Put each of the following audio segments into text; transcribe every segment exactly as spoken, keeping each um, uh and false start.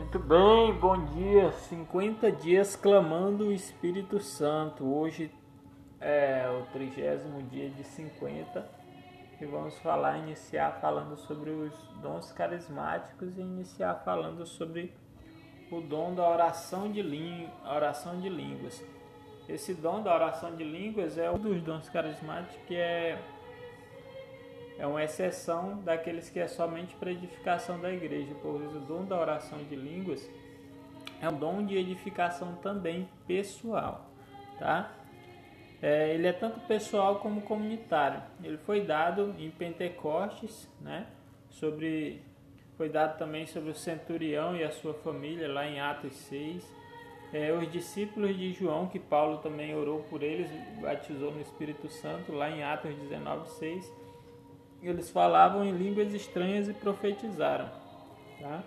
Muito bem, bom dia. cinquenta dias clamando o Espírito Santo. Hoje é o trigésimo dia de cinquenta e vamos falar, iniciar falando sobre os dons carismáticos e iniciar falando sobre o dom da oração de, língua, oração de línguas. Esse dom da oração de línguas é um dos dons carismáticos que é, é uma exceção daqueles que é somente para edificação da igreja, pois o dom da oração de línguas é um dom de edificação também pessoal, tá? É, ele é tanto pessoal como comunitário. Ele foi dado em Pentecostes, né? Sobre, foi dado também sobre o centurião e a sua família, lá em Atos seis. É, os discípulos de João, que Paulo também orou por eles, batizou no Espírito Santo, lá em Atos dezenove, seis. Eles falavam em línguas estranhas e profetizaram, tá?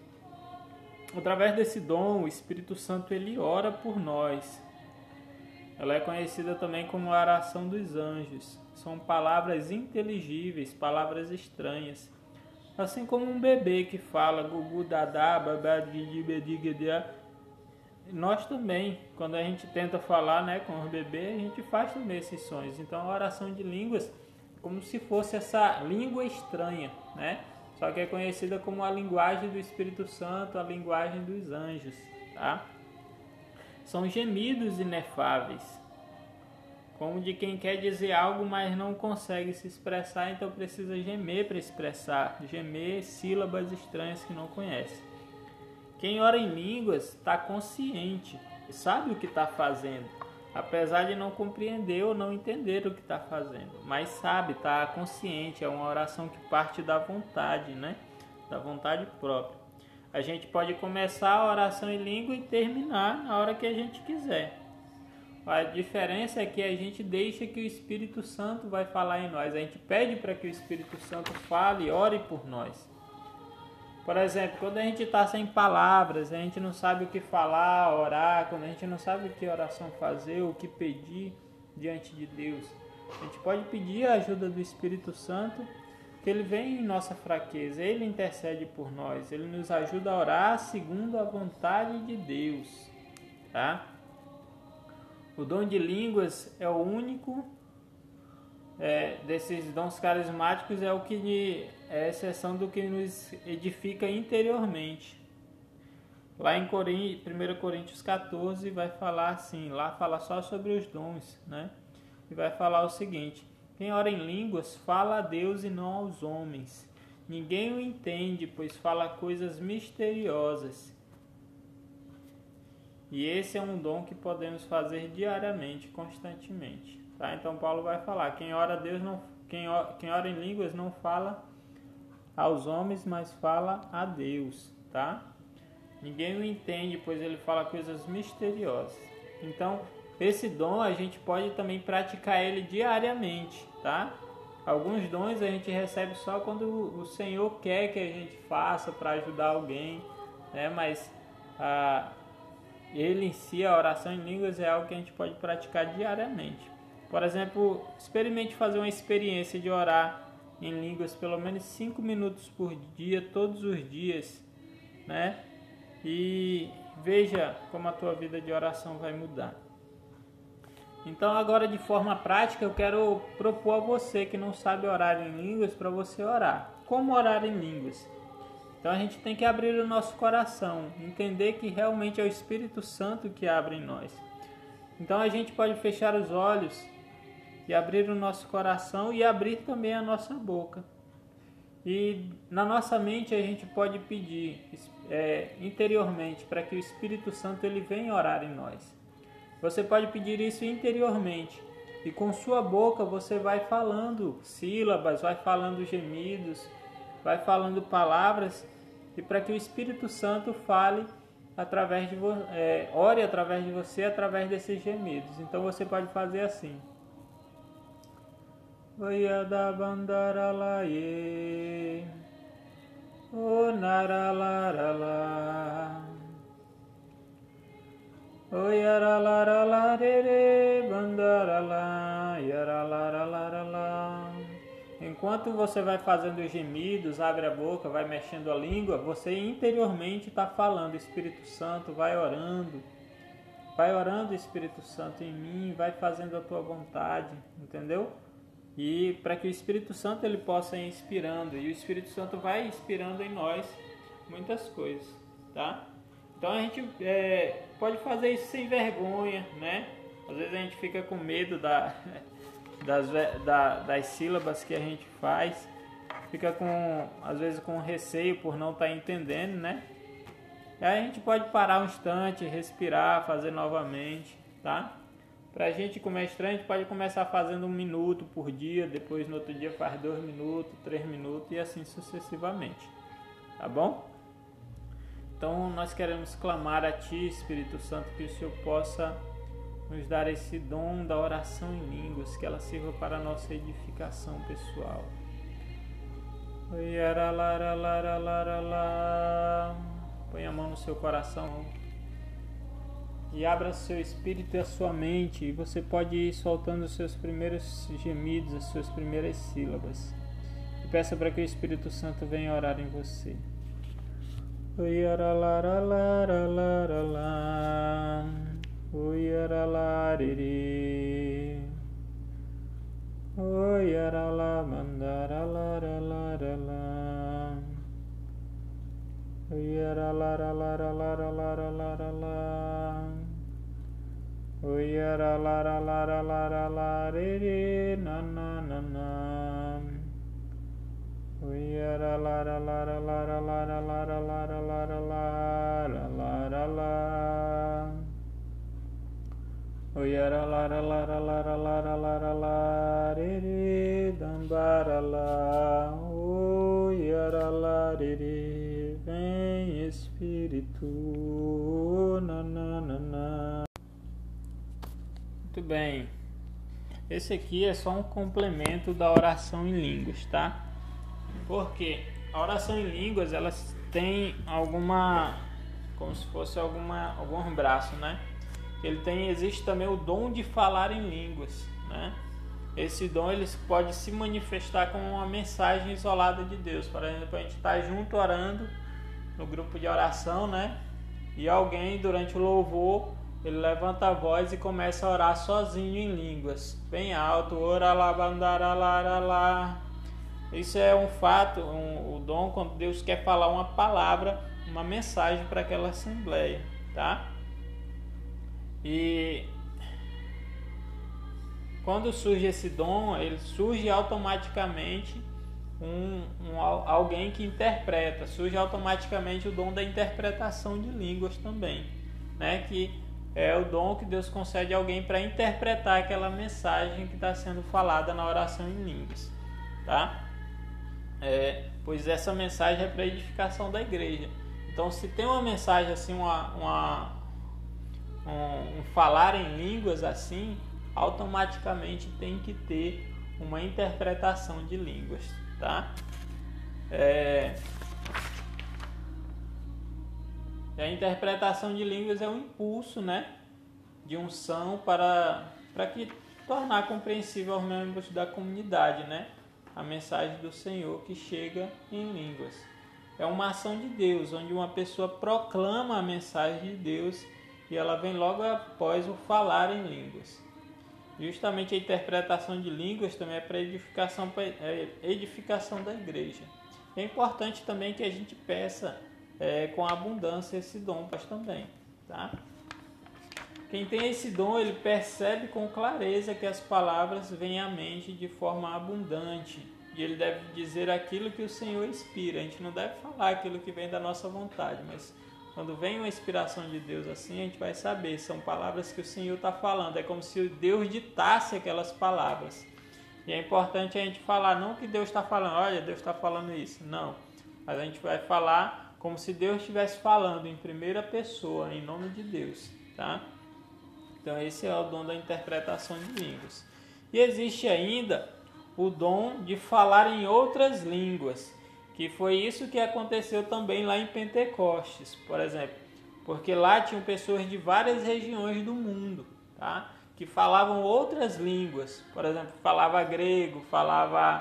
Através desse dom, o Espírito Santo ele ora por nós. Ela é conhecida também como a oração dos anjos. São palavras inteligíveis, palavras estranhas. Assim como um bebê que fala gugu dadá, babá, didi, bedigedia. Nós também, quando a gente tenta falar, né, com o bebê, a gente faz também esses sons. Então a oração de línguas é como se fosse essa língua estranha, né? Só que é conhecida como a linguagem do Espírito Santo, a linguagem dos anjos, tá? São gemidos inefáveis, como de quem quer dizer algo, mas não consegue se expressar, então precisa gemer para expressar, gemer sílabas estranhas que não conhece. Quem ora em línguas está consciente, sabe o que está fazendo, apesar de não compreender ou não entender o que está fazendo, mas sabe, está consciente, é uma oração que parte da vontade, né? Da vontade própria. A gente pode começar a oração em língua e terminar na hora que a gente quiser. A diferença é que a gente deixa que o Espírito Santo vai falar em nós. A gente pede para que o Espírito Santo fale e ore por nós. Por exemplo, quando a gente está sem palavras, a gente não sabe o que falar, orar, quando a gente não sabe que oração fazer, o que pedir diante de Deus, a gente pode pedir a ajuda do Espírito Santo, que ele vem em nossa fraqueza, ele intercede por nós, ele nos ajuda a orar segundo a vontade de Deus, tá? O dom de línguas é o único é, desses dons carismáticos, é o que é exceção do que nos edifica interiormente. Lá em primeira Coríntios quatorze vai falar assim, lá fala só sobre os dons, né? E vai falar o seguinte: quem ora em línguas fala a Deus e não aos homens. Ninguém o entende, pois fala coisas misteriosas. E esse é um dom que podemos fazer diariamente, constantemente. Tá? Então Paulo vai falar, quem ora a Deus não, quem ora, quem ora em línguas não fala aos homens, mas fala a Deus, tá? Ninguém o entende, pois ele fala coisas misteriosas. Então, esse dom a gente pode também praticar ele diariamente, tá? Alguns dons a gente recebe só quando o Senhor quer que a gente faça para ajudar alguém, né? Mas a ele em si, a oração em línguas, é algo que a gente pode praticar diariamente. Por exemplo, experimente fazer uma experiência de orar em línguas pelo menos cinco minutos por dia, todos os dias, né? E veja como a tua vida de oração vai mudar. Então agora, de forma prática, eu quero propor a você que não sabe orar em línguas, para você orar. Como orar em línguas? Então a gente tem que abrir o nosso coração, entender que realmente é o Espírito Santo que abre em nós. Então a gente pode fechar os olhos e abrir o nosso coração e abrir também a nossa boca. E na nossa mente a gente pode pedir é, interiormente para que o Espírito Santo ele venha orar em nós. Você pode pedir isso interiormente e com sua boca você vai falando sílabas, vai falando gemidos, vai falando palavras, e para que o Espírito Santo fale através de você, é, ore através de você, através desses gemidos. Então você pode fazer assim: Oyada bandaralaye, o naralarala, oyaralalarere bandarala, yaralalarala. enquanto você vai fazendo os gemidos, abre a boca, vai mexendo a língua, você interiormente está falando, Espírito Santo, vai orando, vai orando, Espírito Santo, em mim, vai fazendo a tua vontade, entendeu? E para que o Espírito Santo ele possa ir inspirando, e o Espírito Santo vai inspirando em nós muitas coisas, tá? Então a gente é, pode fazer isso sem vergonha, né? Às vezes a gente fica com medo da, das, da, das sílabas que a gente faz, fica com, às vezes com receio por não estar entendendo, né? E aí a gente pode parar um instante, respirar, fazer novamente, tá? Pra gente, como é estranho, a gente pode começar fazendo um minuto por dia, depois no outro dia faz dois minutos, três minutos e assim sucessivamente, tá bom? Então nós queremos clamar a Ti, Espírito Santo, que o Senhor possa nos dar esse dom da oração em línguas, que ela sirva para a nossa edificação pessoal. Põe a mão no seu coração e abra seu espírito e a sua mente, e você pode ir soltando os seus primeiros gemidos, as suas primeiras sílabas, e peça para que o Espírito Santo venha orar em você. Vem Espírito. Muito bem. Esse aqui é só um complemento da oração em línguas, tá? Porque a oração em línguas, elas têm alguma, como se fosse alguma, algum braço, né? Ele tem, existe também o dom de falar em línguas, né? Esse dom ele pode se manifestar como uma mensagem isolada de Deus. Por exemplo, a gente está junto orando no grupo de oração, né? E alguém durante o louvor ele levanta a voz e começa a orar sozinho em línguas, bem alto, ora lá, bandara lá, lá. Isso é um fato, um, o dom quando Deus quer falar uma palavra, uma mensagem para aquela assembleia, tá? E quando surge esse dom, ele surge automaticamente um, um, alguém que interpreta, surge automaticamente o dom da interpretação de línguas também, né? Que é o dom que Deus concede a alguém para interpretar aquela mensagem que está sendo falada na oração em línguas, tá? É, pois essa mensagem é para a edificação da igreja. Então, se tem uma mensagem assim, uma, uma, um, um falar em línguas assim, automaticamente tem que ter uma interpretação de línguas, tá? É, a interpretação de línguas é um impulso, né, de unção para, para que tornar compreensível aos membros da comunidade, né, a mensagem do Senhor que chega em línguas. É uma ação de Deus, onde uma pessoa proclama a mensagem de Deus e ela vem logo após o falar em línguas. Justamente a interpretação de línguas também é para edificação, é edificação da igreja. É importante também que a gente peça é, com abundância esse dom também, tá? Quem tem esse dom, ele percebe com clareza que as palavras vêm à mente de forma abundante e ele deve dizer aquilo que o Senhor inspira. A gente não deve falar aquilo que vem da nossa vontade, mas quando vem uma inspiração de Deus assim, a gente vai saber, são palavras que o Senhor está falando. É como se Deus ditasse aquelas palavras. E é importante a gente falar, não que Deus está falando, olha, Deus está falando isso. Não, mas a gente vai falar como se Deus estivesse falando em primeira pessoa, em nome de Deus, tá? Então esse é o dom da interpretação de línguas. E existe ainda o dom de falar em outras línguas, que foi isso que aconteceu também lá em Pentecostes, por exemplo, porque lá tinham pessoas de várias regiões do mundo, tá? Que falavam outras línguas, por exemplo, falava grego, falava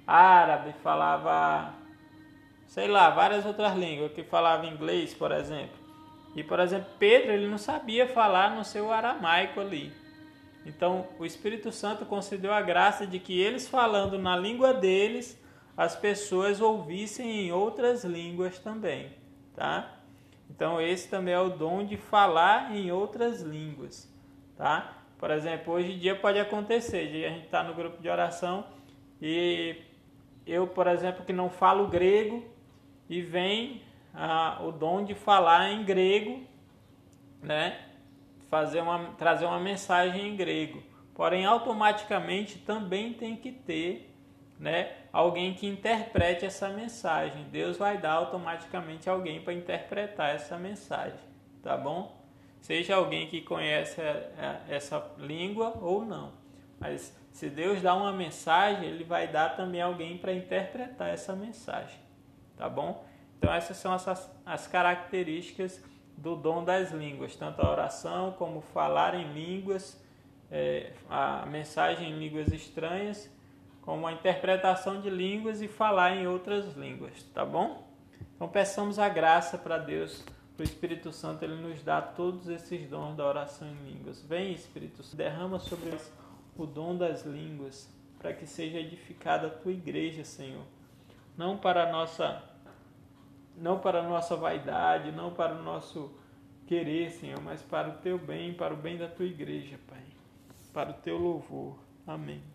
árabe, falava, sei lá, várias outras línguas, que falava inglês, por exemplo. E, por exemplo, Pedro, ele não sabia falar no seu aramaico ali. Então, o Espírito Santo concedeu a graça de que eles falando na língua deles, as pessoas ouvissem em outras línguas também, tá? Então, esse também é o dom de falar em outras línguas, tá? Por exemplo, hoje em dia pode acontecer de a gente estar no grupo de oração e eu, por exemplo, que não falo grego e vem ah, o dom de falar em grego, né? Fazer uma, trazer uma mensagem em grego. Porém, automaticamente também tem que ter, né, alguém que interprete essa mensagem. Deus vai dar automaticamente alguém para interpretar essa mensagem, tá bom? Seja alguém que conhece essa língua ou não. Mas se Deus dá uma mensagem, Ele vai dar também alguém para interpretar essa mensagem, tá bom? Então essas são as, as características do dom das línguas, tanto a oração como falar em línguas, é, a mensagem em línguas estranhas, como a interpretação de línguas e falar em outras línguas, tá bom? Então peçamos a graça para Deus, para o Espírito Santo, Ele nos dá todos esses dons da oração em línguas. Vem, Espírito Santo, derrama sobre nós o dom das línguas, para que seja edificada a Tua igreja, Senhor. Não para a nossa... não para a nossa vaidade, não para o nosso querer, Senhor, mas para o Teu bem, para o bem da Tua igreja, Pai, para o Teu louvor. Amém.